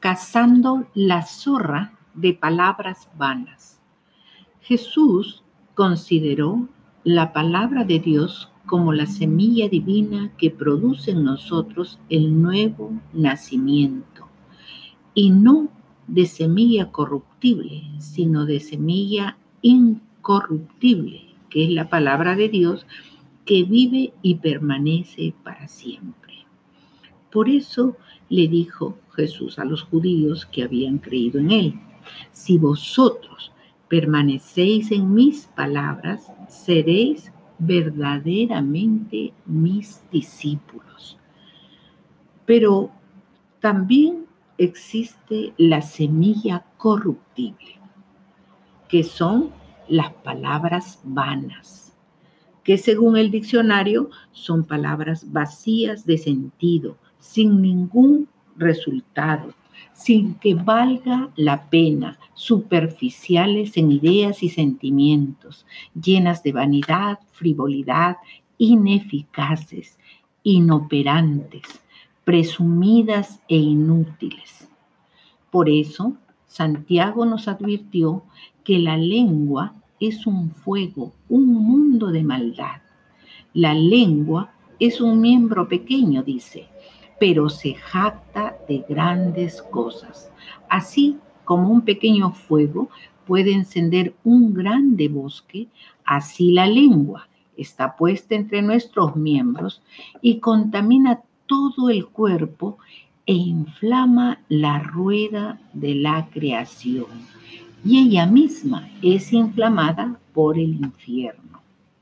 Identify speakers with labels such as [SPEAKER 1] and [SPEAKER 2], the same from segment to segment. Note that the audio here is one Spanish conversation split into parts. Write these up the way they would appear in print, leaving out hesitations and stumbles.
[SPEAKER 1] cazando la zorra de palabras vanas. Jesús consideró la palabra de Dios como la semilla divina que produce en nosotros el nuevo nacimiento, y no de semilla corruptible, sino de semilla incorruptible, que es la palabra de Dios que vive y permanece para siempre. Por eso le dijo Jesús a los judíos que habían creído en él: si vosotros permanecéis en mis palabras, seréis verdaderamente mis discípulos. Pero también existe la semilla corruptible, que son las palabras vanas, que según el diccionario son palabras vacías de sentido, sin ningún resultado, sin que valga la pena, superficiales en ideas y sentimientos, llenas de vanidad, frivolidad, ineficaces, inoperantes, presumidas e inútiles. Por eso, Santiago nos advirtió que la lengua es un fuego, un mundo de maldad. La lengua es un miembro pequeño, dice, pero se jacta de grandes cosas. Así como un pequeño fuego puede encender un grande bosque, así la lengua está puesta entre nuestros miembros y contamina todo el cuerpo e inflama la rueda de la creación. Y ella misma es inflamada por el infierno.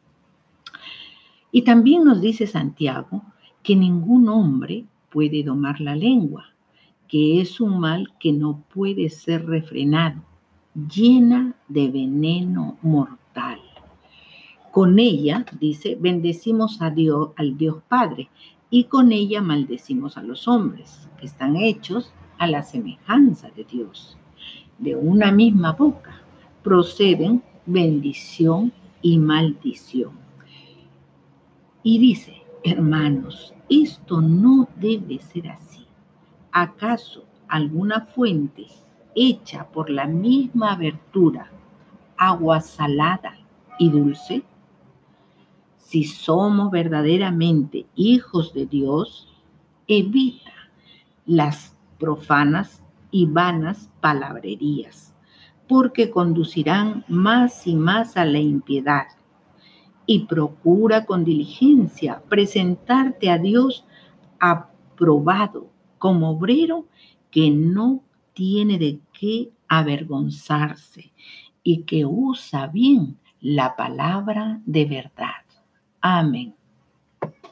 [SPEAKER 1] Y también nos dice Santiago que ningún hombre puede domar la lengua, que es un mal que no puede ser refrenado, llena de veneno mortal. Con ella, dice, bendecimos a Dios, al Dios Padre, y con ella maldecimos a los hombres, que están hechos a la semejanza de Dios. De una misma boca proceden bendición y maldición. Y dice: hermanos, esto no debe ser así. ¿Acaso alguna fuente hecha por la misma abertura, agua salada y dulce? Si somos verdaderamente hijos de Dios, evita las profanas y vanas palabrerías, porque conducirán más y más a la impiedad. Y procura con diligencia presentarte a Dios aprobado, como obrero que no tiene de qué avergonzarse y que usa bien la palabra de verdad. Amén.